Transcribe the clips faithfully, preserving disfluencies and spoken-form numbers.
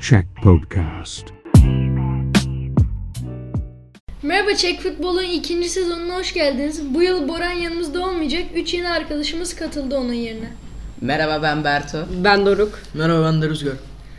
Czech Podcast. Merhaba, Çek Futbol'un ikinci sezonuna hoş geldiniz. Bu yıl Boran yanımızda olmayacak. Üç yeni arkadaşımız katıldı onun yerine. Merhaba, ben Berto. Ben Doruk. Merhaba, ben de Rüzgar.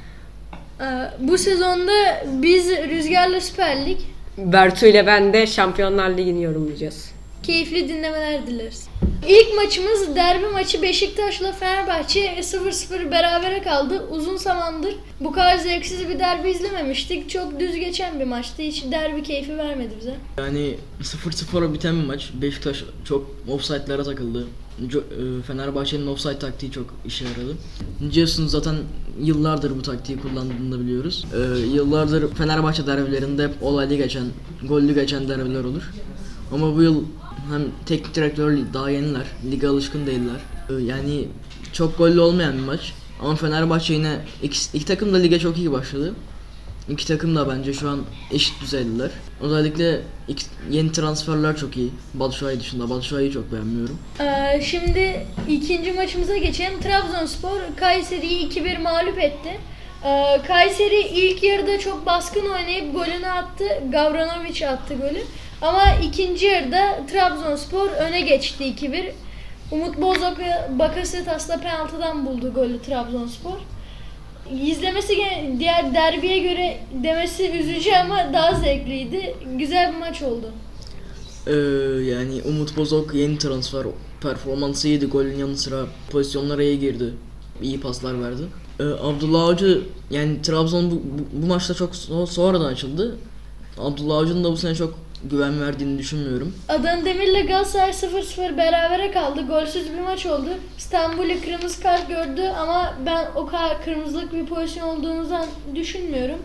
Ee, bu sezonda biz Rüzgar'la Süper Lig, Bertu ile ben de Şampiyonlar Ligi'ni yorumlayacağız. keyifli dinlemeler dileriz. İlk maçımız derbi maçı. Beşiktaş'la Fenerbahçe sıfır sıfır berabere kaldı. Uzun zamandır bu kadar zevksiz bir derbi izlememiştik. Çok düz geçen bir maçtı. Hiç derbi keyfi vermedi bize. Yani sıfır sıfıra biten bir maç. Beşiktaş çok offside'lara takıldı. Fenerbahçe'nin offside taktiği çok işe yaradı. Jason zaten yıllardır bu taktiği kullandığını da biliyoruz. Ee, yıllardır Fenerbahçe derbilerinde hep olaylı geçen, gollü geçen derbiler olur. Ama bu yıl hem teknik direktör daha yeniler, lige alışkın değiller. Ee, yani çok gollü olmayan bir maç. Ama Fenerbahçe yine iki, iki takım da lige çok iyi başladı. İki takım da bence şu an eşit düzeydeler. Özellikle iki, yeni transferler çok iyi. Batshuayi dışında. Batshuayi'yi çok beğenmiyorum. Ee, şimdi ikinci maçımıza geçelim. Trabzonspor Kayseri'yi iki bir mağlup etti. Ee, Kayseri ilk yarıda çok baskın oynayıp golünü attı. Gavranovic attı golü. Ama ikinci yarıda Trabzonspor öne geçti iki bir. Umut Bozok ve Bakasetas'la penaltıdan buldu golü Trabzonspor. İzlemesi diğer derbiye göre demesi üzücü ama daha zevkliydi. Güzel bir maç oldu. Ee, yani Umut Bozok yeni transfer, performansı iyiydi. Golün yanı sıra pozisyonlara iyi girdi. İyi paslar verdi. Ee, Abdullah Avcı, yani Trabzon bu, bu, bu maçta çok sonradan açıldı. Abdullah Avcı'nın da bu sene çok güven verdiğini düşünmüyorum. Adana Demir'le Galatasaray sıfır sıfır berabere kaldı. Golsüz bir maç oldu. İstanbul'u kırmızı kart gördü ama ben o kadar kırmızılık bir pozisyon olduğunuzdan düşünmüyorum.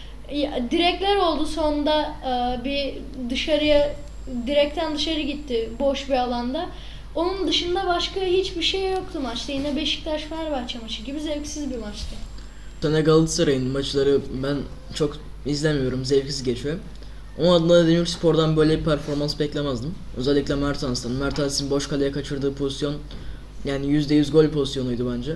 Direkler oldu sonda, bir dışarıya, direkten dışarı gitti boş bir alanda. Onun dışında başka hiçbir şey yoktu maçta. Yine Beşiktaş-Fenerbahçe maçı gibi zevksiz bir maçtı. Sene Galatasaray'ın maçları ben çok izlemiyorum, zevksiz geçiyor. Ama Adana Demirspor'dan böyle bir performans beklemezdim. Özellikle Mertens'ten. Mertens'in boş kaleye kaçırdığı pozisyon yani yüzde yüz gol pozisyonuydu bence.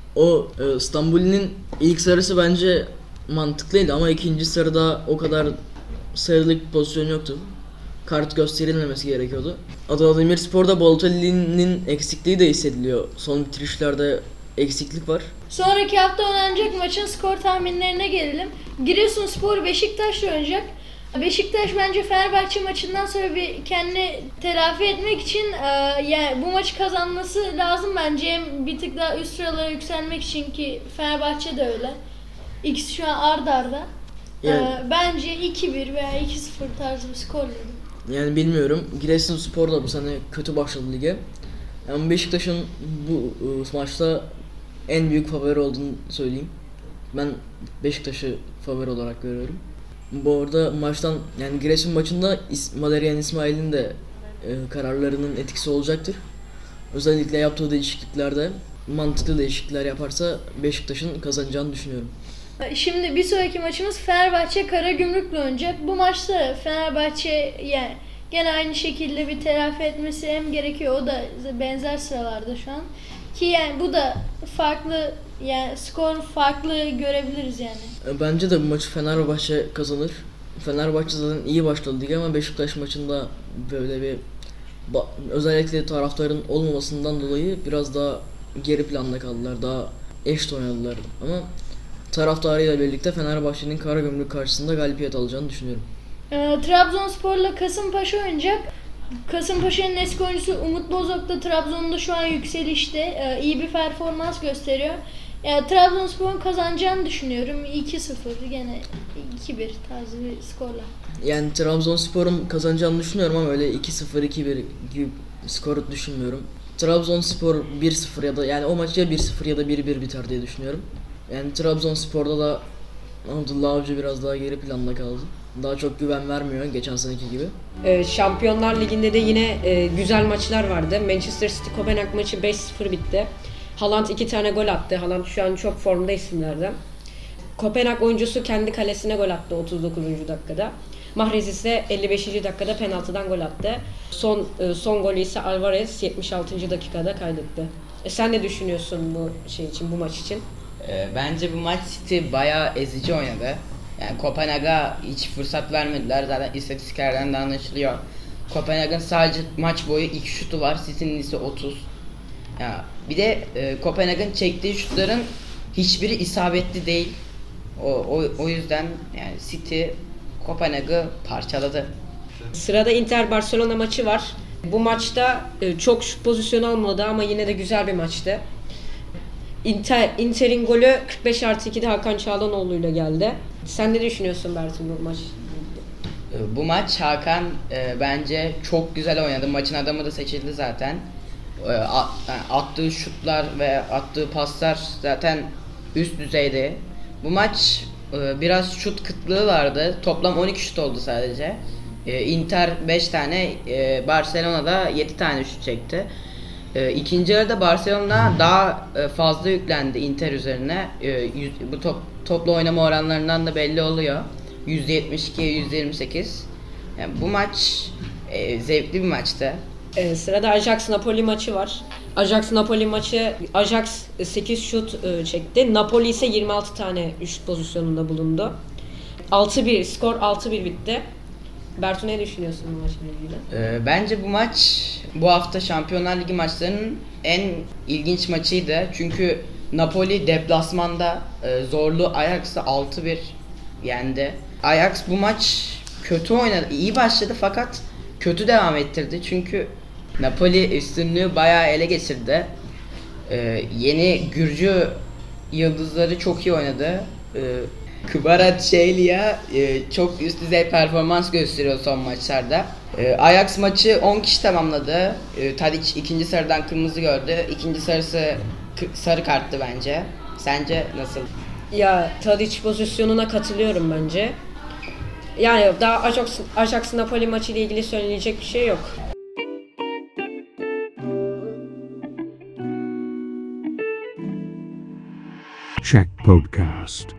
O e, İstanbul'un ilk sarısı bence mantıklıydı ama ikinci sarıda o kadar sarılık bir pozisyon yoktu. Kart gösterilmemesi gerekiyordu. Adana Demirspor'da Balotelli'nin eksikliği de hissediliyor. Son bitirişlerde eksiklik var. Sonraki hafta oynanacak maçın skor tahminlerine gelelim. Giresunspor Beşiktaş'la oynayacak. Beşiktaş bence Fenerbahçe maçından sonra bir kendini telafi etmek için e, yani bu maçı kazanması lazım bence. Hem bir tık daha üst sıralara yükselmek için ki Fenerbahçe de öyle. İkisi şu an ard arda. Yani, e, bence iki bir veya iki sıfır tarzı bir skor dedim. Yani bilmiyorum. Giresunspor da bu sene kötü başladı lige. Yani Beşiktaş'ın bu e, maçta en büyük favori olduğunu söyleyeyim. Ben Beşiktaş'ı favori olarak görüyorum. Bu arada maçtan, yani Giresun maçında Valerian İsmail'in de e, kararlarının etkisi olacaktır. Özellikle yaptığı değişikliklerde mantıklı değişiklikler yaparsa Beşiktaş'ın kazanacağını düşünüyorum. Şimdi bir sonraki maçımız Fenerbahçe Karagümrük'le oynayacak. Bu maçta Fenerbahçe yani gene aynı şekilde bir telafi etmesi hem gerekiyor. O da benzer sıralarda şu an. Ki yani bu da farklı, yani skor farklı görebiliriz yani. Bence de bu maçı Fenerbahçe kazanır. Fenerbahçe zaten iyi başladı lige ama Beşiktaş maçında böyle bir özellikle taraftarın olmamasından dolayı biraz daha geri planda kaldılar. Daha eşit oynadılar ama taraftarıyla birlikte Fenerbahçe'nin Karagümrük karşısında galibiyet alacağını düşünüyorum. Ee, Trabzonspor'la Kasımpaşa oynayacak. Kasımpaşa'nın eski oyuncusu Umut Bozok da Trabzon'da şu an yükselişte. Ee, iyi bir performans gösteriyor. Yani Trabzonspor'un kazanacağını düşünüyorum. iki sıfır gene iki bir tarzı bir skorla. Yani Trabzonspor'un kazanacağını düşünüyorum ama öyle iki sıfır iki bir gibi skoru düşünmüyorum. Trabzonspor bir sıfır ya da yani o maç ya bir sıfır ya da bir bir biter diye düşünüyorum. Yani Trabzonspor'da da Abdullah Avcı biraz daha geri planda kaldı. Daha çok güven vermiyor geçen seneki gibi. Ee, Şampiyonlar Ligi'nde de yine e, güzel maçlar vardı. Manchester City Kopenhag maçı beş sıfır bitti. Haaland iki tane gol attı. Haaland şu an çok formda isimlerden. Kopenhag oyuncusu kendi kalesine gol attı otuz dokuzuncu dakikada. Mahrez ise elli beşinci dakikada penaltıdan gol attı. Son e, son golü ise Alvarez yetmiş altıncı dakikada kaydetti. E sen ne düşünüyorsun bu şey için, bu maç için? Ee, bence bu maç City bayağı ezici oynadı. Yani Kopenhag'a hiç fırsat vermediler. Zaten istatistiklerden de anlaşılıyor. Kopenhag'ın sadece maç boyu iki şutu var. City'nin ise otuz. Ya bir de e, Kopenhag'ın çektiği şutların hiçbiri isabetli değil. O, o, o yüzden yani City Kopenhag'ı parçaladı. Sırada Inter Barcelona maçı var. Bu maçta e, çok şut pozisyonu almadı ama yine de güzel bir maçtı. Inter, Inter'in golü kırk beş artı ikide Hakan Çalhanoğlu ile geldi. Sen ne düşünüyorsun Bertin bu maç? E, Bu maç Hakan e, bence çok güzel oynadı. Maçın adamı da seçildi zaten. E, a- yani attığı şutlar ve attığı paslar zaten üst düzeydi. Bu maç e, biraz şut kıtlığı vardı. Toplam on iki şut oldu sadece. E, Inter beş tane, e, Barcelona da yedi tane şut çekti. E, ikinci yarıda Barcelona daha e, fazla yüklendi Inter üzerine. E, yüz- bu top, toplu oynama oranlarından da belli oluyor. yüzde yetmiş iki yüzde yirmi sekiz. Yani bu maç e, zevkli bir maçtı. Ee, sırada Ajax Napoli maçı var. Ajax Napoli maçı Ajax sekiz şut e, çekti. Napoli ise yirmi altı tane şut pozisyonunda bulundu. altı bir skor altı bir bitti. Bertu ne düşünüyorsun bu maçla ilgili? E, bence bu maç bu hafta Şampiyonlar Ligi maçlarının en ilginç maçıydı. Çünkü Napoli deplasmanda e, zorlu Ajax'ı altı bir yendi. Ajax bu maç kötü oynadı. İyi başladı fakat kötü devam ettirdi. Çünkü Napoli üstünlüğü bayağı ele geçirdi. Ee, yeni Gürcü yıldızları çok iyi oynadı. Ee, Kvaratskhelia e, çok üst düzey performans gösteriyor son maçlarda. Ee, Ajax maçı on kişi tamamladı. Ee, Tadic ikinci sarıdan kırmızı gördü. İkinci sarısı k- sarı karttı bence. Sence nasıl? Ya Tadic pozisyonuna katılıyorum bence. Yani daha Ajax, Ajax Napoli maçı ile ilgili söyleyecek bir şey yok. Check Podcast.